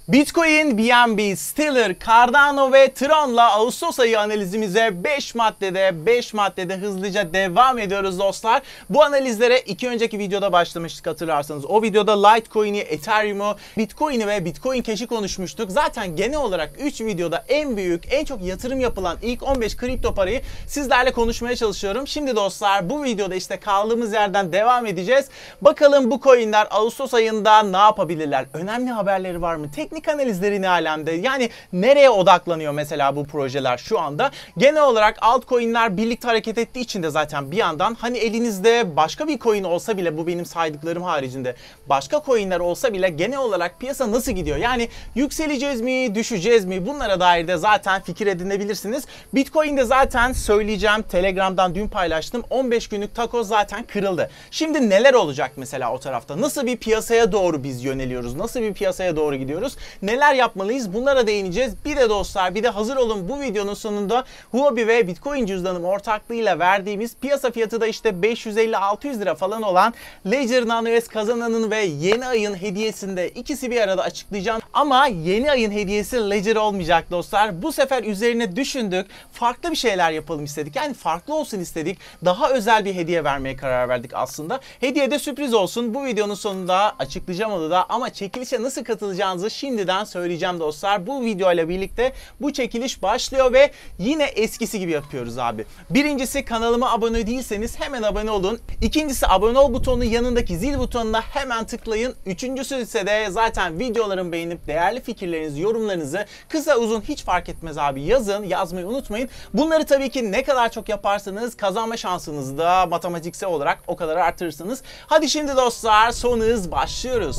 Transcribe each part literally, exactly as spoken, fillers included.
Bitcoin, B N B, Stellar, Cardano ve Tron'la Ağustos ayı analizimize beş maddede beş maddede hızlıca devam ediyoruz dostlar. Bu analizlere iki önceki videoda başlamıştık hatırlarsanız. O videoda Litecoin'i, Ethereum'u, Bitcoin'i ve Bitcoin Cash'i konuşmuştuk. Zaten genel olarak üç videoda en büyük, en çok yatırım yapılan ilk on beş kripto parayı sizlerle konuşmaya çalışıyorum. Şimdi dostlar bu videoda işte kaldığımız yerden devam edeceğiz. Bakalım bu coin'ler Ağustos ayında ne yapabilirler? Önemli haberleri var mı? Teknik analizleri ne alemde? Yani nereye odaklanıyor mesela bu projeler şu anda? Genel olarak altcoin'ler birlikte hareket ettiği için de zaten bir yandan hani elinizde başka bir coin olsa bile, bu benim saydıklarım haricinde başka coin'ler olsa bile genel olarak piyasa nasıl gidiyor? Yani yükseleceğiz mi, düşeceğiz mi? Bunlara dair de zaten fikir edinebilirsiniz. Bitcoin'de zaten söyleyeceğim, Telegram'dan dün paylaştım. on beş günlük takoz zaten kırıldı. Şimdi neler olacak mesela o tarafta? Nasıl bir piyasaya doğru biz yöneliyoruz? Nasıl bir piyasaya doğru gidiyoruz? Neler yapmalıyız? Bunlara değineceğiz. Bir de dostlar, bir de hazır olun, bu videonun sonunda Huobi ve Bitcoin cüzdanım ortaklığıyla verdiğimiz piyasa fiyatı da işte beş yüz elli altı yüz lira falan olan Ledger Nano S kazananın ve yeni ayın hediyesinde ikisi bir arada açıklayacağım. Ama yeni ayın hediyesi Ledger olmayacak dostlar. Bu sefer üzerine düşündük. Farklı bir şeyler yapalım istedik. Yani farklı olsun istedik. Daha özel bir hediye vermeye karar verdik aslında. Hediye de sürpriz olsun. Bu videonun sonunda açıklayacağım onu da. Ama çekilişe nasıl katılacağınızı şimdiden söyleyeceğim dostlar. Bu video ile birlikte bu çekiliş başlıyor ve yine eskisi gibi yapıyoruz abi. Birincisi, kanalıma abone değilseniz hemen abone olun. İkincisi, abone ol butonunun yanındaki zil butonuna hemen tıklayın. Üçüncüsü ise de zaten videolarımı beğenip değerli fikirlerinizi, yorumlarınızı kısa uzun hiç fark etmez abi yazın. Yazmayı unutmayın. Bunları tabii ki ne kadar çok yaparsanız kazanma şansınızı da matematiksel olarak o kadar artırırsınız. Hadi şimdi dostlar son hız başlıyoruz.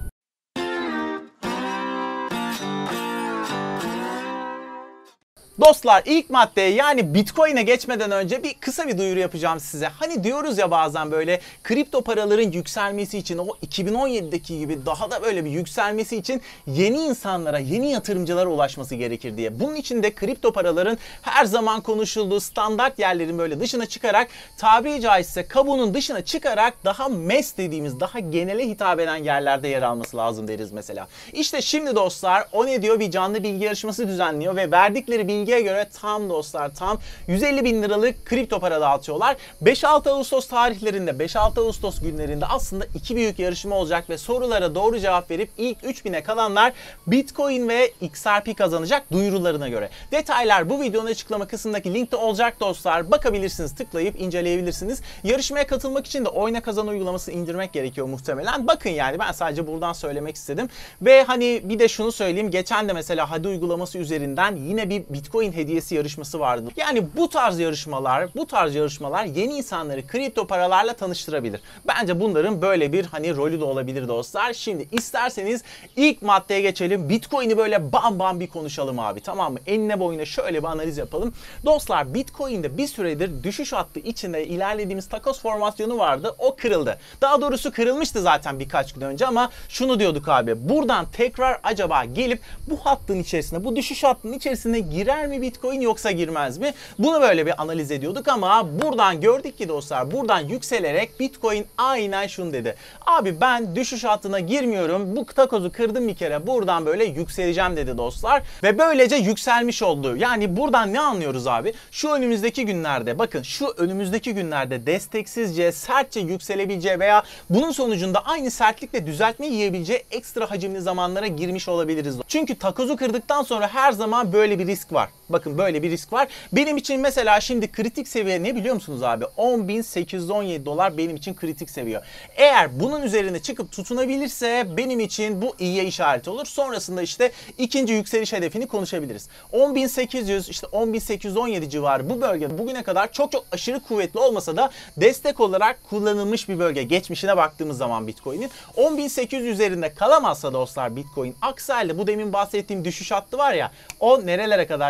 Dostlar, ilk maddeye yani Bitcoin'e geçmeden önce bir kısa bir duyuru yapacağım size. Hani diyoruz ya bazen böyle kripto paraların yükselmesi için, o iki bin on yedideki gibi daha da böyle bir yükselmesi için yeni insanlara, yeni yatırımcılara ulaşması gerekir diye. Bunun için de kripto paraların her zaman konuşulduğu standart yerlerin böyle dışına çıkarak, tabiri caizse kabuğunun dışına çıkarak daha mass dediğimiz, daha genele hitap eden yerlerde yer alması lazım deriz mesela. İşte şimdi dostlar O Ne Diyor bir canlı bilgi yarışması düzenliyor ve verdikleri bilgi göre tam dostlar tam yüz elli bin liralık kripto para dağıtıyorlar. beş altı Ağustos tarihlerinde, beş altı Ağustos günlerinde aslında iki büyük yarışma olacak ve sorulara doğru cevap verip ilk üç bine kalanlar Bitcoin ve X R P kazanacak duyurularına göre. Detaylar bu videonun açıklama kısmındaki linkte olacak dostlar. Bakabilirsiniz, tıklayıp inceleyebilirsiniz. Yarışmaya katılmak için de Oyna Kazan uygulamasını indirmek gerekiyor muhtemelen. Bakın yani ben sadece buradan söylemek istedim. Ve hani bir de şunu söyleyeyim. Geçen de mesela Hadi uygulaması üzerinden yine bir Bitcoin hediyesi yarışması vardı. Yani bu tarz yarışmalar, bu tarz yarışmalar yeni insanları kripto paralarla tanıştırabilir. Bence bunların böyle bir hani rolü de olabilir dostlar. Şimdi isterseniz ilk maddeye geçelim. Bitcoin'i böyle bam bam bir konuşalım abi, tamam mı? Enine boyuna şöyle bir analiz yapalım. Dostlar, Bitcoin'de bir süredir düşüş hattı içinde ilerlediğimiz takoz formasyonu vardı. O kırıldı. Daha doğrusu kırılmıştı zaten birkaç gün önce ama şunu diyorduk abi. Buradan tekrar acaba gelip bu hattın içerisine, bu düşüş hattının içerisine girer mi Bitcoin yoksa girmez mi? Bunu böyle bir analiz ediyorduk ama buradan gördük ki dostlar, buradan yükselerek Bitcoin aynen şunu dedi. Abi ben düşüş hattına girmiyorum. Bu takozu kırdım bir kere. Buradan böyle yükseleceğim dedi dostlar. Ve böylece yükselmiş oldu. Yani buradan ne anlıyoruz abi? Şu önümüzdeki günlerde, bakın şu önümüzdeki günlerde desteksizce, sertçe yükselebileceği veya bunun sonucunda aynı sertlikle düzeltme yiyebileceği ekstra hacimli zamanlara girmiş olabiliriz. Çünkü takozu kırdıktan sonra her zaman böyle bir risk var. Bakın böyle bir risk var. Benim için mesela şimdi kritik seviye ne biliyor musunuz abi? on bin sekiz yüz on yedi dolar benim için kritik seviye. Eğer bunun üzerine çıkıp tutunabilirse benim için bu iyiye işaret olur. Sonrasında işte ikinci yükseliş hedefini konuşabiliriz. on bin sekiz yüz işte on bin sekiz yüz on yedi civarı bu bölge bugüne kadar çok çok aşırı kuvvetli olmasa da destek olarak kullanılmış bir bölge. Geçmişine baktığımız zaman Bitcoin'in on bin sekiz yüz üzerinde kalamazsa dostlar Bitcoin, aksi halde bu demin bahsettiğim düşüş hattı var ya, o nerelere kadar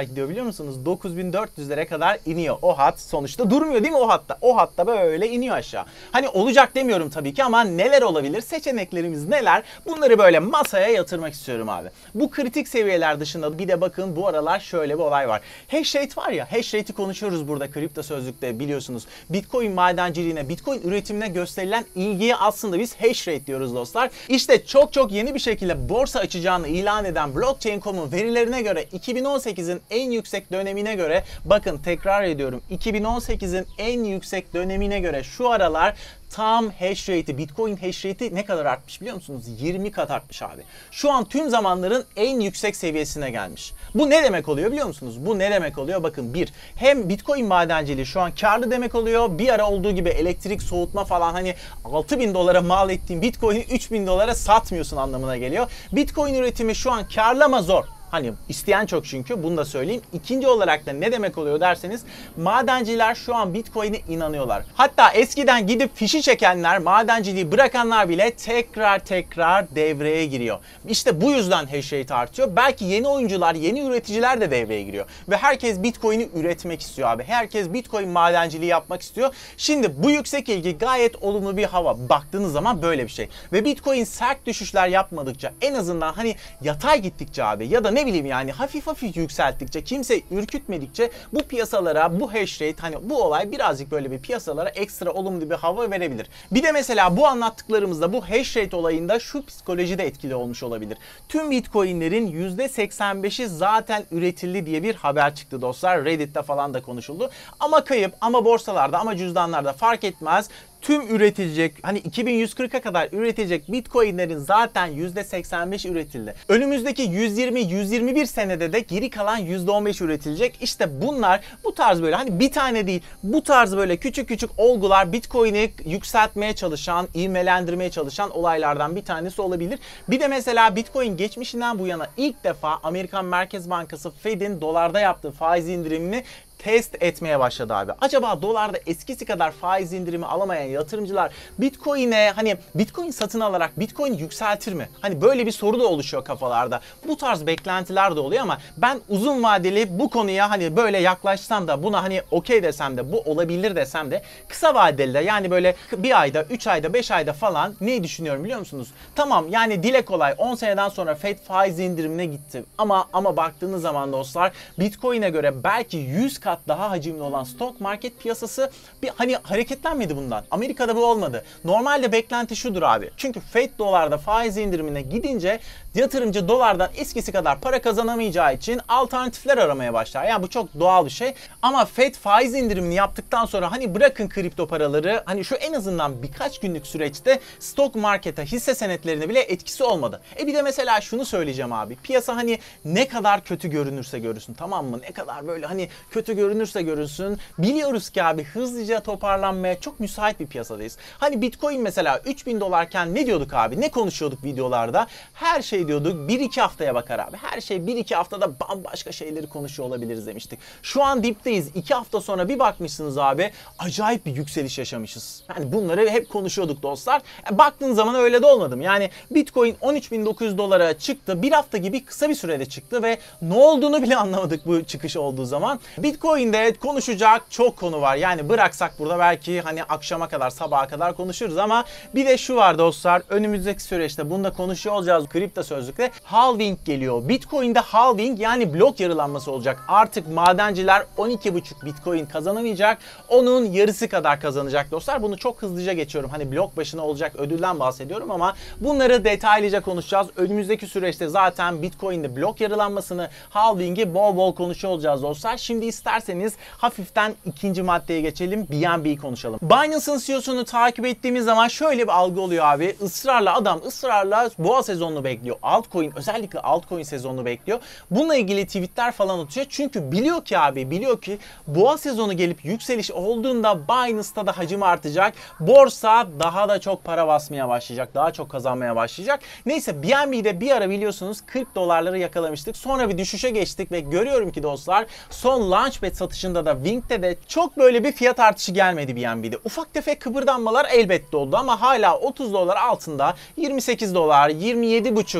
gidiyor biliyor musunuz? dokuz bin dört yüzlere kadar iniyor. O hat sonuçta durmuyor değil mi o hatta? O hatta böyle iniyor aşağı. Hani olacak demiyorum tabii ki ama neler olabilir? Seçeneklerimiz neler? Bunları böyle masaya yatırmak istiyorum abi. Bu kritik seviyeler dışında bir de bakın bu aralar şöyle bir olay var. Hash rate var ya, hash rate'i konuşuyoruz burada Kripto Sözlük'te biliyorsunuz. Bitcoin madenciliğine, Bitcoin üretimine gösterilen ilgiye aslında biz hash rate diyoruz dostlar. İşte çok çok yeni bir şekilde borsa açacağını ilan eden blockchain nokta com'un verilerine göre iki bin on sekizin en yüksek dönemine göre, bakın tekrar ediyorum, iki bin on sekizin en yüksek dönemine göre şu aralar tam hash rate'i, Bitcoin hash rate'i ne kadar artmış biliyor musunuz? yirmi kat artmış abi. Şu an tüm zamanların en yüksek seviyesine gelmiş. Bu ne demek oluyor biliyor musunuz? Bu ne demek oluyor? Bakın bir, hem Bitcoin madenciliği şu an karlı demek oluyor. Bir ara olduğu gibi elektrik, soğutma falan, hani altı bin dolara mal ettiğin Bitcoin'i üç bin dolara satmıyorsun anlamına geliyor. Bitcoin üretimi şu an karlı ama zor. Hani isteyen çok, çünkü bunu da söyleyeyim. İkinci olarak da ne demek oluyor derseniz, madenciler şu an Bitcoin'e inanıyorlar. Hatta eskiden gidip fişi çekenler, madenciliği bırakanlar bile tekrar tekrar devreye giriyor. İşte bu yüzden hash rate artıyor. Belki yeni oyuncular, yeni üreticiler de devreye giriyor. Ve herkes Bitcoin'i üretmek istiyor abi. Herkes Bitcoin madenciliği yapmak istiyor. Şimdi bu yüksek ilgi gayet olumlu bir hava. Baktığınız zaman böyle bir şey. Ve Bitcoin sert düşüşler yapmadıkça, en azından hani yatay gittikçe abi, ya da ne bileyim yani hafif hafif yükselttikçe, kimse ürkütmedikçe bu piyasalara, bu hash rate, hani bu olay birazcık böyle bir piyasalara ekstra olumlu bir hava verebilir. Bir de mesela bu anlattıklarımızda, bu hash rate olayında şu psikoloji de etkili olmuş olabilir. Tüm Bitcoin'lerin yüzde seksen beşi zaten üretildi diye bir haber çıktı dostlar. Reddit'te falan da konuşuldu. Ama kayıp, ama borsalarda, ama cüzdanlarda fark etmez. Tüm üretilecek, hani iki bin yüz kırka kadar üretilecek Bitcoin'lerin zaten yüzde seksen beş üretildi. Önümüzdeki yüz yirmi yüz yirmi bir senede de geri kalan yüzde on beş üretilecek. İşte bunlar, bu tarz böyle hani bir tane değil, bu tarz böyle küçük küçük olgular Bitcoin'i yükseltmeye çalışan, ivmelendirmeye çalışan olaylardan bir tanesi olabilir. Bir de mesela Bitcoin geçmişinden bu yana ilk defa Amerikan Merkez Bankası Fed'in dolarda yaptığı faiz indirimini test etmeye başladı abi. Acaba dolarda eskisi kadar faiz indirimi alamayan yatırımcılar Bitcoin'e, hani Bitcoin satın alarak Bitcoin yükseltir mi? Hani böyle bir soru da oluşuyor kafalarda. Bu tarz beklentiler de oluyor ama ben uzun vadeli bu konuya hani böyle yaklaşsam da, buna hani okey desem de, bu olabilir desem de, kısa vadeli de yani böyle bir ayda, üç ayda, beş ayda falan neyi düşünüyorum biliyor musunuz? Tamam yani dile kolay on seneden sonra Fed faiz indirimine gitti. Ama ama baktığınız zaman dostlar, Bitcoin'e göre belki yüz kat daha hacimli olan stock market piyasası bir hani hareketlenmedi bundan. Amerika'da bu olmadı. Normalde beklenti şudur abi. Çünkü Fed dolarda faiz indirimine gidince yatırımcı dolardan eskisi kadar para kazanamayacağı için alternatifler aramaya başlar. Yani bu çok doğal bir şey. Ama Fed faiz indirimini yaptıktan sonra hani bırakın kripto paraları, hani şu en azından birkaç günlük süreçte stock market'e, hisse senetlerine bile etkisi olmadı. E bir de mesela şunu söyleyeceğim abi. Piyasa hani ne kadar kötü görünürse görünsün, tamam mı? Ne kadar böyle hani kötü görünürse görünsün, biliyoruz ki abi hızlıca toparlanmaya çok müsait bir piyasadayız. Hani Bitcoin mesela üç bin dolarken ne diyorduk abi? Ne konuşuyorduk videolarda? Her şey diyorduk bir iki haftaya bakar abi. Her şey bir iki haftada bambaşka şeyleri konuşuyor olabiliriz demiştik. Şu an dipteyiz. iki hafta sonra bir bakmışsınız abi, acayip bir yükseliş yaşamışız. Yani bunları hep konuşuyorduk dostlar. E, baktığın zaman öyle de olmadım. Yani Bitcoin on üç bin dokuz yüz dolara çıktı. Bir hafta gibi kısa bir sürede çıktı ve ne olduğunu bile anlamadık bu çıkış olduğu zaman. Bitcoin'de konuşacak çok konu var. Yani bıraksak burada belki hani akşama kadar, sabaha kadar konuşuruz ama bir de şu var dostlar. Önümüzdeki süreçte bunu da konuşuyor olacağız Kripto Sözlük'te. Halving geliyor. Bitcoin'de halving, yani blok yarılanması olacak. Artık madenciler on iki buçuk Bitcoin kazanamayacak. Onun yarısı kadar kazanacak dostlar. Bunu çok hızlıca geçiyorum. Hani blok başına olacak ödülden bahsediyorum ama bunları detaylıca konuşacağız. Önümüzdeki süreçte zaten Bitcoin'de blok yarılanmasını, halving'i bol bol konuşuyor olacağız dostlar. Şimdi isterseniz hafiften ikinci maddeye geçelim. B N B'yi konuşalım. Binance'ın C E O'sunu takip ettiğimiz zaman şöyle bir algı oluyor abi. Israrla adam ısrarla boğa sezonunu bekliyor. Altcoin, özellikle altcoin sezonunu bekliyor. Bununla ilgili tweetler falan atıyor. Çünkü biliyor ki abi, biliyor ki boğa sezonu gelip yükseliş olduğunda Binance'da da hacim artacak. Borsa daha da çok para basmaya başlayacak. Daha çok kazanmaya başlayacak. Neyse, B N B'de bir ara biliyorsunuz kırk dolarları yakalamıştık. Sonra bir düşüşe geçtik ve görüyorum ki dostlar son Launchpad satışında da Wing'de de çok böyle bir fiyat artışı gelmedi B N B'de. Ufak tefek kıpırdanmalar elbette oldu ama hala otuz dolar altında, yirmi sekiz dolar, yirmi yedi buçuk,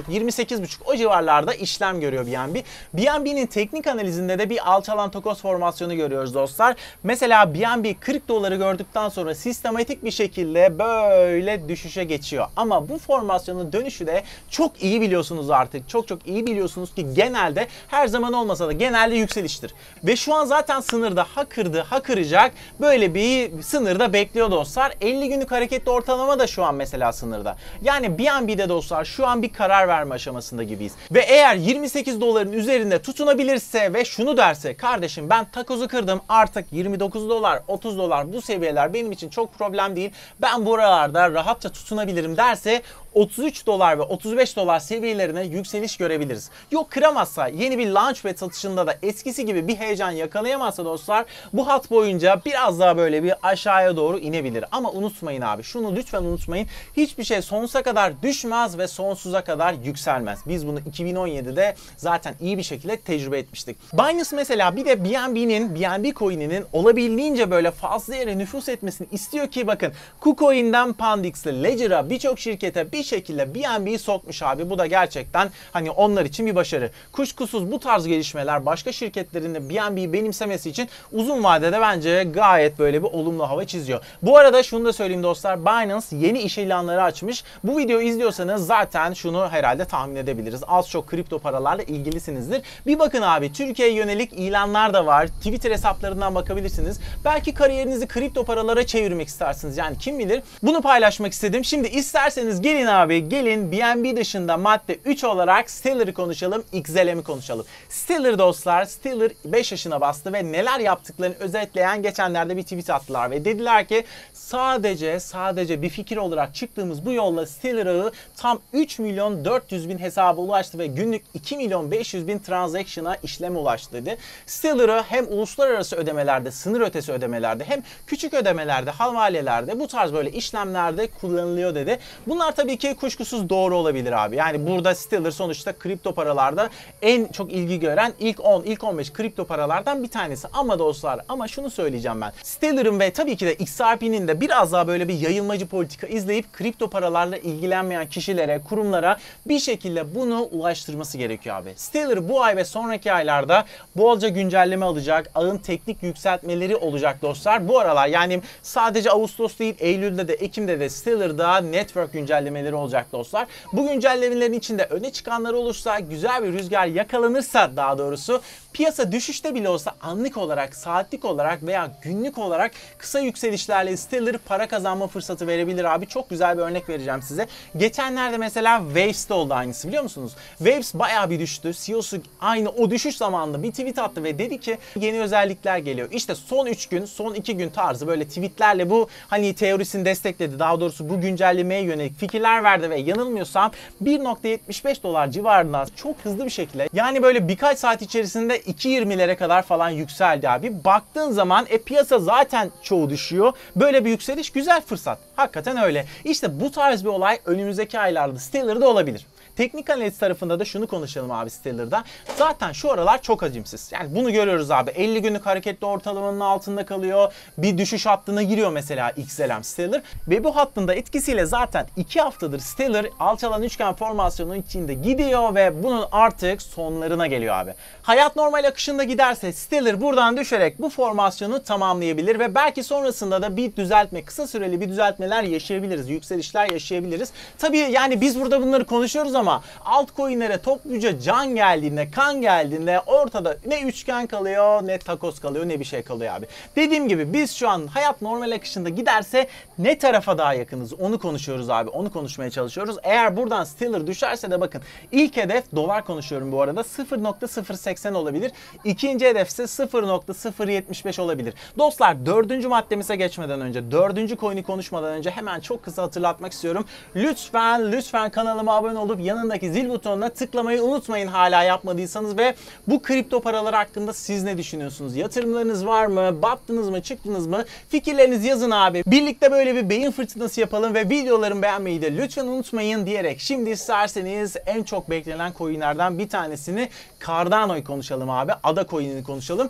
yirmi sekiz buçuk o civarlarda işlem görüyor B N B. B N B'nin teknik analizinde de bir alçalan takoz formasyonu görüyoruz dostlar. Mesela B N B kırk doları gördükten sonra sistematik bir şekilde böyle düşüşe geçiyor. Ama bu formasyonun dönüşü de çok iyi biliyorsunuz artık. Çok çok iyi biliyorsunuz ki genelde her zaman olmasa da genelde yükseliştir. Ve şu an zaten sınırda ha kırdı ha kıracak böyle bir sınırda bekliyor dostlar. elli günlük hareketli ortalama da şu an mesela sınırda. Yani B N B'de dostlar şu an bir karar verme aşamasında gibiyiz. Ve eğer yirmi sekiz doların üzerinde tutunabilirse ve şunu derse, kardeşim ben takozu kırdım artık yirmi dokuz dolar otuz dolar bu seviyeler benim için çok problem değil. Ben buralarda rahatça tutunabilirim derse otuz üç dolar ve otuz beş dolar seviyelerine yükseliş görebiliriz. Yok kıramazsa, yeni bir launchpad satışında da eskisi gibi bir heyecan yakalayamazsa dostlar bu hat boyunca biraz daha böyle bir aşağıya doğru inebilir. Ama unutmayın abi, şunu lütfen unutmayın. Hiçbir şey sonsuza kadar düşmez ve sonsuza kadar yükselmez. Biz bunu iki bin on yedide zaten iyi bir şekilde tecrübe etmiştik. Binance mesela bir de B N B'nin, B N B coin'inin olabildiğince böyle fazla yere nüfus etmesini istiyor ki bakın KuCoin'den Pandix'le Ledger'a birçok şirkete bir şekilde B N B'yi sokmuş abi. Bu da gerçekten hani onlar için bir başarı. Kuşkusuz bu tarz gelişmeler başka şirketlerin de B N B'yi benimsemesi için uzun vadede bence gayet böyle bir olumlu hava çiziyor. Bu arada şunu da söyleyeyim dostlar. Binance yeni iş ilanları açmış. Bu videoyu izliyorsanız zaten şunu herhalde tahmin edebiliriz. Az çok kripto paralarla ilgilisinizdir. Bir bakın abi, Türkiye'ye yönelik ilanlar da var. Twitter hesaplarından bakabilirsiniz. Belki kariyerinizi kripto paralara çevirmek istersiniz. Yani kim bilir. Bunu paylaşmak istedim. Şimdi isterseniz gelin abi, gelin B N B dışında madde üç olarak Stellar'ı konuşalım, X L M'i konuşalım. Stellar dostlar, Stellar beş yaşına bastı ve neler yaptıklarını özetleyen geçenlerde bir tweet attılar ve dediler ki sadece sadece bir fikir olarak çıktığımız bu yolla Stellar ağı tam üç milyon dört yüz bin hesaba ulaştı ve günlük iki milyon beş yüz bin transaction'a işleme ulaştı dedi. Stellar'ı hem uluslararası ödemelerde, sınır ötesi ödemelerde hem küçük ödemelerde, havalelerde bu tarz böyle işlemlerde kullanılıyor dedi. Bunlar tabii ki kuşkusuz doğru olabilir abi. Yani burada Stellar sonuçta kripto paralarda en çok ilgi gören ilk on, ilk on beş kripto paralardan bir tanesi. Ama dostlar, ama şunu söyleyeceğim ben. Stellar'ın ve tabii ki de X R P'nin de biraz daha böyle bir yayılmacı politika izleyip kripto paralarla ilgilenmeyen kişilere, kurumlara bir şekilde bunu ulaştırması gerekiyor abi. Stellar bu ay ve sonraki aylarda bolca güncelleme alacak. Ağın teknik yükseltmeleri olacak dostlar. Bu aralar yani sadece Ağustos değil, Eylül'de de Ekim'de de Stellar'da network güncellemeleri olacak dostlar. Bu güncellemelerin içinde öne çıkanlar olursa, güzel bir rüzgar yakalanırsa daha doğrusu piyasa düşüşte bile olsa anlık olarak, saatlik olarak veya günlük olarak kısa yükselişlerle Stellar para kazanma fırsatı verebilir abi. Çok güzel bir örnek vereceğim size. Geçenlerde mesela Waves'te oldu aynısı, biliyor musunuz? Waves bayağı bir düştü. C E O'su aynı o düşüş zamanında bir tweet attı ve dedi ki yeni özellikler geliyor. İşte son üç gün, son iki gün tarzı böyle tweetlerle bu hani teorisini destekledi. Daha doğrusu bu güncellemeye yönelik fikirler verdi ve yanılmıyorsam bir nokta yetmiş beş dolar civarında çok hızlı bir şekilde, yani böyle birkaç saat içerisinde iki yirmilere kadar falan yükseldi abi. Baktığın zaman e piyasa zaten çoğu düşüyor. Böyle bir yükseliş güzel fırsat. Hakikaten öyle. İşte bu tarz bir olay önümüzdeki aylarda Stellar'da olabilir. Teknik analiz tarafında da şunu konuşalım abi Stellar'da. Zaten şu aralar çok hacimsiz. Yani bunu görüyoruz abi. elli günlük hareketli ortalamanın altında kalıyor. Bir düşüş hattına giriyor mesela X L M Stellar. Ve bu hattında etkisiyle zaten iki haftadır Stellar alçalan üçgen formasyonun içinde gidiyor ve bunun artık sonlarına geliyor abi. Hayat normal akışında giderse Stellar buradan düşerek bu formasyonu tamamlayabilir ve belki sonrasında da bir düzeltme, kısa süreli bir düzeltmeler yaşayabiliriz. Yükselişler yaşayabiliriz. Tabii yani biz burada bunları konuşuyoruz ama Ama altcoin'lere topluca can geldiğinde, kan geldiğinde ortada ne üçgen kalıyor, ne takoz kalıyor, ne bir şey kalıyor abi. Dediğim gibi biz şu an hayat normal akışında giderse ne tarafa daha yakınız onu konuşuyoruz abi. Onu konuşmaya çalışıyoruz. Eğer buradan Stellar düşerse de bakın ilk hedef, dolar konuşuyorum bu arada, sıfır nokta sıfır seksen olabilir. İkinci hedef ise sıfır nokta sıfır yetmiş beş olabilir. Dostlar dördüncü maddemize geçmeden önce, dördüncü coin'i konuşmadan önce hemen çok kısa hatırlatmak istiyorum. Lütfen lütfen kanalıma abone olup yanındaki zil butonuna tıklamayı unutmayın hala yapmadıysanız ve bu kripto paralar hakkında siz ne düşünüyorsunuz? Yatırımlarınız var mı? Battınız mı? Çıktınız mı? Fikirlerinizi yazın abi. Birlikte böyle bir beyin fırtınası yapalım ve videolarımı beğenmeyi de lütfen unutmayın diyerek şimdi isterseniz en çok beklenen coinlerden bir tanesini Cardano'yu konuşalım abi. Ada coin'ini konuşalım.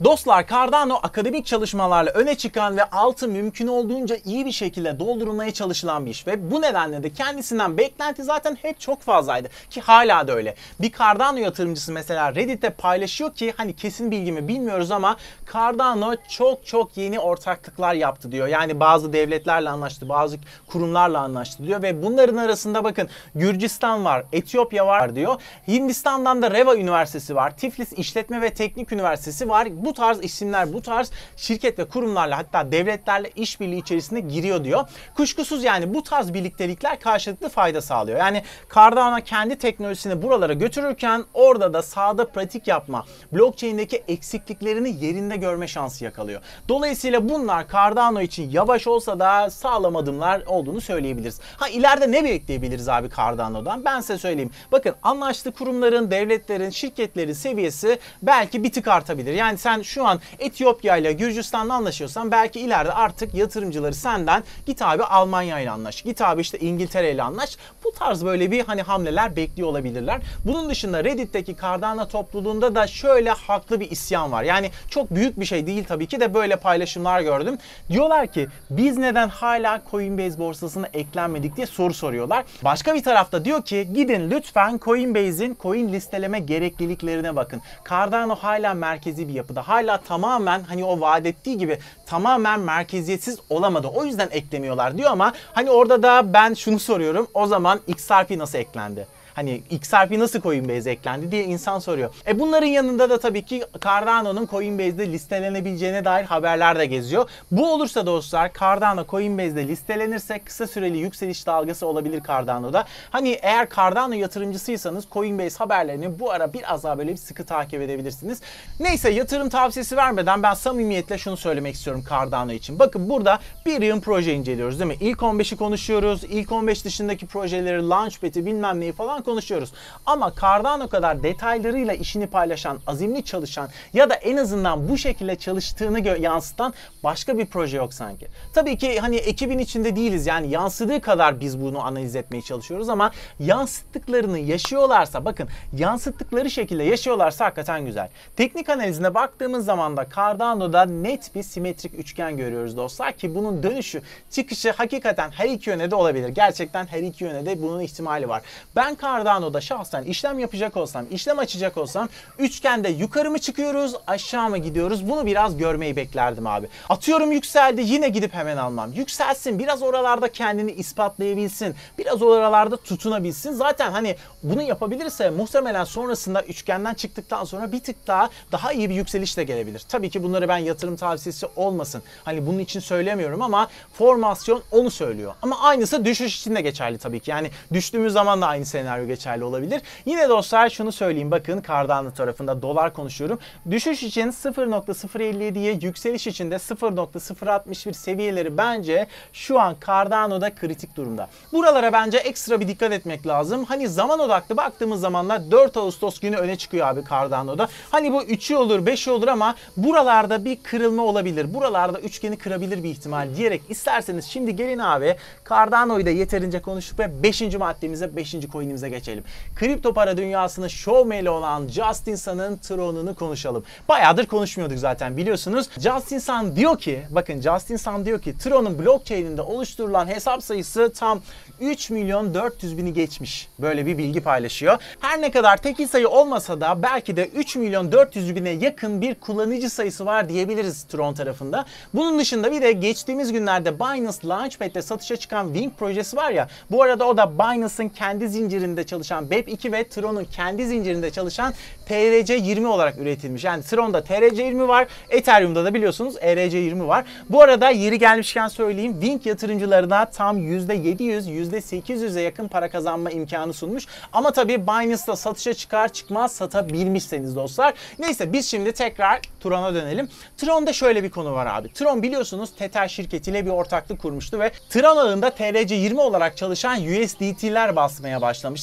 Dostlar, Cardano akademik çalışmalarla öne çıkan ve altı mümkün olduğunca iyi bir şekilde doldurulmaya çalışılan bir iş ve bu nedenle de kendisinden beklenti zaten hep çok fazlaydı ki hala da öyle. Bir Cardano yatırımcısı mesela Reddit'te paylaşıyor ki hani kesin bilgimi bilmiyoruz ama Cardano çok çok yeni ortaklıklar yaptı diyor. Yani bazı devletlerle anlaştı, bazı kurumlarla anlaştı diyor ve bunların arasında bakın Gürcistan var, Etiyopya var diyor. Hindistan'dan da Reva Üniversitesi var, Tiflis İşletme ve Teknik Üniversitesi var. Bu tarz isimler, bu tarz şirket ve kurumlarla hatta devletlerle işbirliği içerisinde giriyor diyor. Kuşkusuz yani bu tarz birliktelikler karşılıklı fayda sağlıyor. Yani Cardano kendi teknolojisini buralara götürürken orada da sahada pratik yapma, blockchain'deki eksikliklerini yerinde görme şansı yakalıyor. Dolayısıyla bunlar Cardano için yavaş olsa da sağlam adımlar olduğunu söyleyebiliriz. Ha ileride ne bekleyebiliriz abi Cardano'dan? Ben size söyleyeyim. Bakın anlaştığı kurumların, devletlerin, şirketlerin seviyesi belki bir tık artabilir. Yani sen şu an Etiyopya ile Gürcistan'la anlaşıyorsan belki ileride artık yatırımcıları senden git abi Almanya ile anlaş. Git abi işte İngiltere ile anlaş. Bu tarz böyle bir hani hamleler bekliyor olabilirler. Bunun dışında Reddit'teki Cardano topluluğunda da şöyle haklı bir isyan var. Yani çok büyük bir şey değil tabii ki de böyle paylaşımlar gördüm. Diyorlar ki biz neden hala Coinbase borsasına eklenmedik diye soru soruyorlar. Başka bir tarafta diyor ki gidin lütfen Coinbase'in coin listeleme gerekliliklerine bakın. Cardano hala merkezi bir yapıda. Hala tamamen hani o vaat ettiği gibi tamamen merkeziyetsiz olamadı. O yüzden eklemiyorlar diyor ama hani orada da ben şunu soruyorum. O zaman X R P nasıl eklendi? Hani X R P nasıl Coinbase'e eklendi diye insan soruyor. E bunların yanında da tabii ki Cardano'nun Coinbase'de listelenebileceğine dair haberler de geziyor. Bu olursa dostlar Cardano Coinbase'de listelenirse kısa süreli yükseliş dalgası olabilir Cardano'da. Hani eğer Cardano yatırımcısıysanız Coinbase haberlerini bu ara biraz daha böyle bir sıkı takip edebilirsiniz. Neyse yatırım tavsiyesi vermeden ben samimiyetle şunu söylemek istiyorum Cardano için. Bakın burada bir yığın proje inceliyoruz değil mi? İlk on beşi konuşuyoruz. İlk on beş dışındaki projeleri, Launchpad'i bilmem neyi falan konuşuyoruz. Ama Cardano kadar detaylarıyla işini paylaşan, azimli çalışan ya da en azından bu şekilde çalıştığını yansıtan başka bir proje yok sanki. Tabii ki hani ekibin içinde değiliz. Yani yansıdığı kadar biz bunu analiz etmeye çalışıyoruz ama yansıttıklarını yaşıyorlarsa bakın yansıttıkları şekilde yaşıyorlarsa hakikaten güzel. Teknik analizine baktığımız zaman da Cardano'da net bir simetrik üçgen görüyoruz dostlar ki bunun dönüşü, çıkışı hakikaten her iki yöne de olabilir. Gerçekten her iki yöne de bunun ihtimali var. Ben Cardano'da şahsen işlem yapacak olsam, işlem açacak olsam üçgende yukarı mı çıkıyoruz, aşağı mı gidiyoruz? Bunu biraz görmeyi beklerdim abi. Atıyorum yükseldi, yine gidip hemen almam. Yükselsin, biraz oralarda kendini ispatlayabilsin, biraz oralarda tutunabilsin. Zaten hani bunu yapabilirse muhtemelen sonrasında üçgenden çıktıktan sonra bir tık daha daha iyi bir yükseliş de gelebilir. Tabii ki bunları ben yatırım tavsiyesi olmasın. Hani bunun için söylemiyorum ama formasyon onu söylüyor. Ama aynısı düşüş için de geçerli tabii ki. Yani düştüğümüz zaman da aynı senaryo geçerli olabilir. Yine dostlar şunu söyleyeyim. Bakın Cardano tarafında dolar konuşuyorum. Düşüş için sıfır nokta sıfır elli yediye, yükseliş için de sıfır nokta sıfır altmış bir seviyeleri bence şu an Cardano'da kritik durumda. Buralara bence ekstra bir dikkat etmek lazım. Hani zaman odaklı baktığımız zamanlar dört Ağustos günü öne çıkıyor abi Cardano'da. Hani bu üçü olur, beşi olur ama buralarda bir kırılma olabilir. Buralarda üçgeni kırabilir bir ihtimal diyerek isterseniz şimdi gelin abi Cardano'yu da yeterince konuştuk ve beşinci maddemize, beşinci coin'imize geçelim. Kripto para dünyasının showman'i olan Justin Sun'ın Tron'unu konuşalım. Bayağıdır konuşmuyorduk zaten biliyorsunuz. Justin Sun diyor ki, bakın Justin Sun diyor ki Tron'un blockchain'inde oluşturulan hesap sayısı tam üç milyon dört yüz bini geçmiş. Böyle bir bilgi paylaşıyor. Her ne kadar tekil sayı olmasa da belki de üç milyon dört yüz bine yakın bir kullanıcı sayısı var diyebiliriz Tron tarafında. Bunun dışında bir de geçtiğimiz günlerde Binance Launchpad'de satışa çıkan Wink projesi var ya. Bu arada o da Binance'ın kendi zincirinde çalışan B E P iki ve Tron'un kendi zincirinde çalışan T R C yirmi olarak üretilmiş. Yani Tron'da T R C yirmi var, Ethereum'da da biliyorsunuz E R C yirmi var. Bu arada yeri gelmişken söyleyeyim, Wink yatırımcılarına tam yüzde yedi yüz, yüzde sekiz yüze yakın para kazanma imkanı sunmuş. Ama tabii Binance'da satışa çıkar çıkmaz satabilmişseniz dostlar. Neyse biz şimdi tekrar Tron'a dönelim. Tron'da şöyle bir konu var abi. Tron biliyorsunuz Tether şirketiyle bir ortaklık kurmuştu ve Tron ağında T R C yirmi olarak çalışan U S D T'ler basmaya başlamıştı.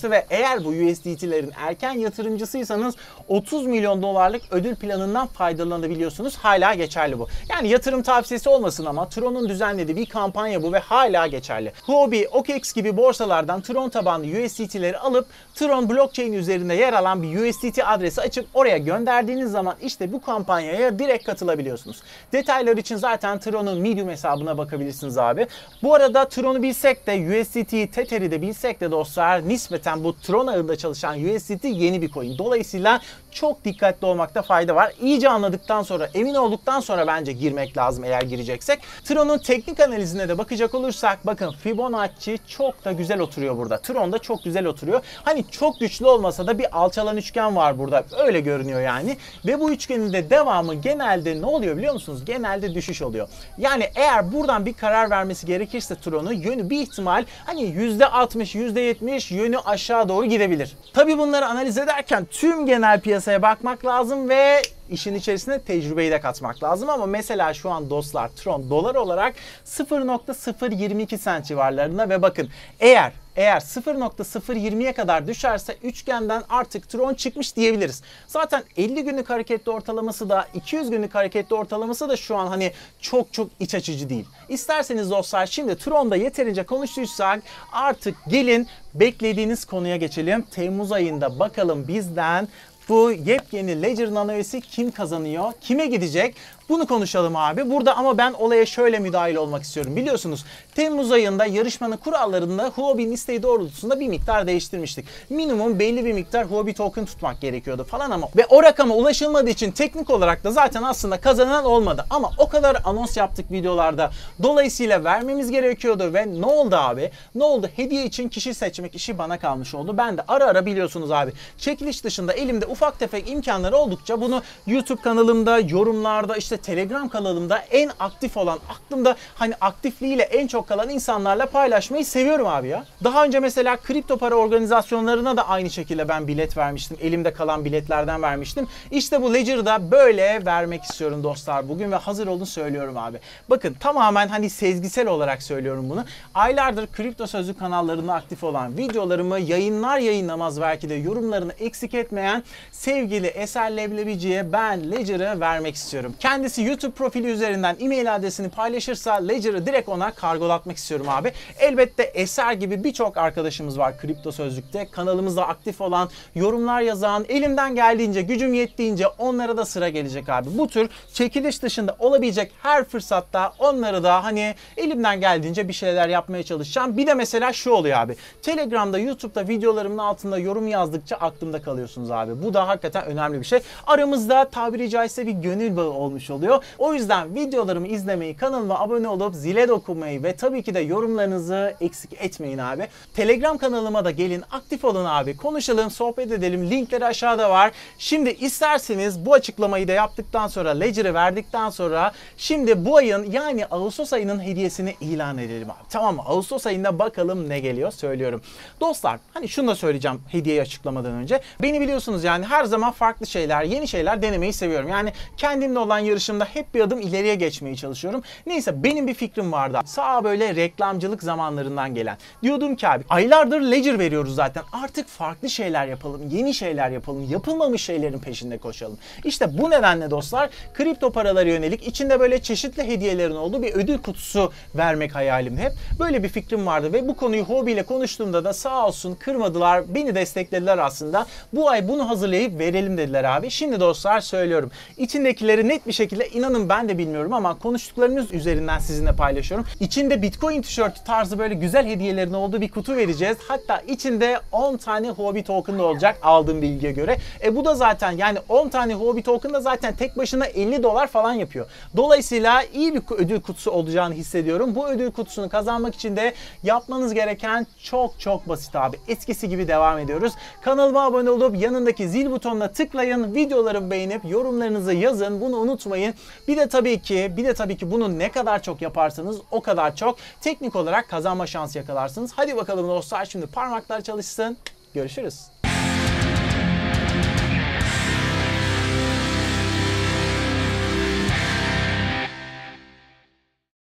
yatırımcısı ve eğer bu U S D T'lerin erken yatırımcısıysanız otuz milyon dolarlık ödül planından faydalanabiliyorsunuz. Hala geçerli bu. Yani yatırım tavsiyesi olmasın ama Tron'un düzenlediği bir kampanya bu ve hala geçerli. Huobi, O K X gibi borsalardan Tron tabanlı U S D T'leri alıp Tron blockchain üzerinde yer alan bir U S D T adresi açıp oraya gönderdiğiniz zaman işte bu kampanyaya direkt katılabiliyorsunuz. Detaylar için zaten Tron'un Medium hesabına bakabilirsiniz abi. Bu arada Tron'u bilsek de U S D T, Tether'i de bilsek de dostlar nispeten bu Tron ağında çalışan U S D T yeni bir coin. Dolayısıyla çok dikkatli olmakta fayda var. İyice anladıktan sonra, emin olduktan sonra bence girmek lazım eğer gireceksek. Tron'un teknik analizine de bakacak olursak bakın Fibonacci çok da güzel oturuyor burada. Tron da çok güzel oturuyor. Hani çok güçlü olmasa da bir alçalan üçgen var burada. Öyle görünüyor yani. Ve bu üçgenin de devamı genelde ne oluyor biliyor musunuz? Genelde düşüş oluyor. Yani eğer buradan bir karar vermesi gerekirse Tron'un yönü bir ihtimal hani yüzde altmış, yüzde yetmiş yönü aşağı doğru gidebilir. Tabi bunları analiz ederken tüm genel piyasaya bakmak lazım ve işin içerisine tecrübeyi de katmak lazım ama mesela şu an dostlar Tron dolar olarak sıfır nokta sıfır yirmi iki sent civarlarında ve bakın eğer Eğer sıfır nokta sıfır yirmiye kadar düşerse üçgenden artık Tron çıkmış diyebiliriz. Zaten elli günlük hareketli ortalaması da iki yüz günlük hareketli ortalaması da şu an hani çok çok iç açıcı değil. İsterseniz dostlar şimdi Tron'da yeterince konuştuysak artık gelin beklediğiniz konuya geçelim. Temmuz ayında bakalım bizden bu yepyeni Ledger Nano'yu kim kazanıyor? Kime gidecek? Bunu konuşalım abi. Burada ama ben olaya şöyle müdahil olmak istiyorum. Biliyorsunuz Temmuz ayında yarışmanın kurallarında Huobi'nin isteği doğrultusunda bir miktar değiştirmiştik. Minimum belli bir miktar Huobi token tutmak gerekiyordu falan ama ve o rakama ulaşılmadığı için teknik olarak da zaten aslında kazanan olmadı. Ama o kadar anons yaptık videolarda. Dolayısıyla vermemiz gerekiyordu ve ne oldu abi? Ne oldu? Hediye için kişi seçmek işi bana kalmış oldu. Ben de ara ara biliyorsunuz abi. Çekiliş dışında elimde ufak tefek imkanları oldukça bunu YouTube kanalımda, yorumlarda, işte Telegram kanalımda en aktif olan, aklımda hani aktifliğiyle en çok kalan insanlarla paylaşmayı seviyorum abi ya. Daha önce mesela kripto para organizasyonlarına da aynı şekilde ben bilet vermiştim. Elimde kalan biletlerden vermiştim. İşte bu Ledger'da böyle vermek istiyorum dostlar bugün ve hazır olun söylüyorum abi. Bakın tamamen hani sezgisel olarak söylüyorum bunu. Aylardır kripto sözlük kanallarında aktif olan, videolarımı yayınlar yayınlamaz belki de yorumlarını eksik etmeyen sevgili Eser Leblebici'ye ben Ledger'ı vermek istiyorum. Kendisi YouTube profili üzerinden e-mail adresini paylaşırsa Ledger'ı direkt ona kargolatmak istiyorum abi. Elbette Eser gibi birçok arkadaşımız var kripto sözlükte. Kanalımızda aktif olan, yorumlar yazan, elimden geldiğince, gücüm yettiğince onlara da sıra gelecek abi. Bu tür çekiliş dışında olabilecek her fırsatta onları da hani elimden geldiğince bir şeyler yapmaya çalışacağım. Bir de mesela şu oluyor abi. Telegram'da, YouTube'da videolarımın altında yorum yazdıkça aklımda kalıyorsunuz abi. Bu da hakikaten önemli bir şey. Aramızda tabiri caizse bir gönül bağı olmuş oluyor. O yüzden videolarımı izlemeyi, kanalıma abone olup zile dokunmayı ve tabii ki de yorumlarınızı eksik etmeyin abi. Telegram kanalıma da gelin, aktif olun abi. Konuşalım, sohbet edelim. Linkleri aşağıda var. Şimdi isterseniz bu açıklamayı da yaptıktan sonra, Ledger'ı verdikten sonra şimdi bu ayın yani Ağustos ayının hediyesini ilan edelim abi. Tamam mı? Ağustos ayında bakalım ne geliyor söylüyorum. Dostlar hani şunu da söyleyeceğim hediyeyi açıklamadan önce. Beni biliyorsunuz yani her zaman farklı şeyler, yeni şeyler denemeyi seviyorum. Yani kendimle olan yarışımda hep bir adım ileriye geçmeye çalışıyorum. Neyse benim bir fikrim vardı. Sağ böyle reklamcılık zamanlarından gelen. Diyordum ki abi aylardır Ledger veriyoruz zaten. Artık farklı şeyler yapalım, yeni şeyler yapalım, yapılmamış şeylerin peşinde koşalım. İşte bu nedenle dostlar kripto paralara yönelik içinde böyle çeşitli hediyelerin olduğu bir ödül kutusu vermek hayalim hep. Böyle bir fikrim vardı ve bu konuyu Huobi ile konuştuğumda da sağ olsun kırmadılar, beni desteklediler aslında. Bu ay bunu hazırlayıp verelim dediler abi. Şimdi dostlar söylüyorum. İçindekileri net bir şekilde inanın ben de bilmiyorum ama konuştuklarımız üzerinden sizinle paylaşıyorum. İçinde Bitcoin tişörtü tarzı böyle güzel hediyelerin olduğu bir kutu vereceğiz. Hatta içinde on tane Huobi token da olacak aldığım bilgiye göre. E bu da zaten yani on tane Huobi token da zaten tek başına elli dolar falan yapıyor. Dolayısıyla iyi bir ödül kutusu olacağını hissediyorum. Bu ödül kutusunu kazanmak için de yapmanız gereken çok çok basit abi. Eskisi gibi devam ediyoruz. Kanalıma abone olup yanındaki zil butonuna tıklayın. Videolarımı beğenip yorumlarınızı yazın. Bunu unutmayın. Bir de tabii ki bir de tabii ki bunu ne kadar çok yaparsanız o kadar çok teknik olarak kazanma şansı yakalarsınız. Hadi bakalım dostlar şimdi parmaklar çalışsın. Görüşürüz.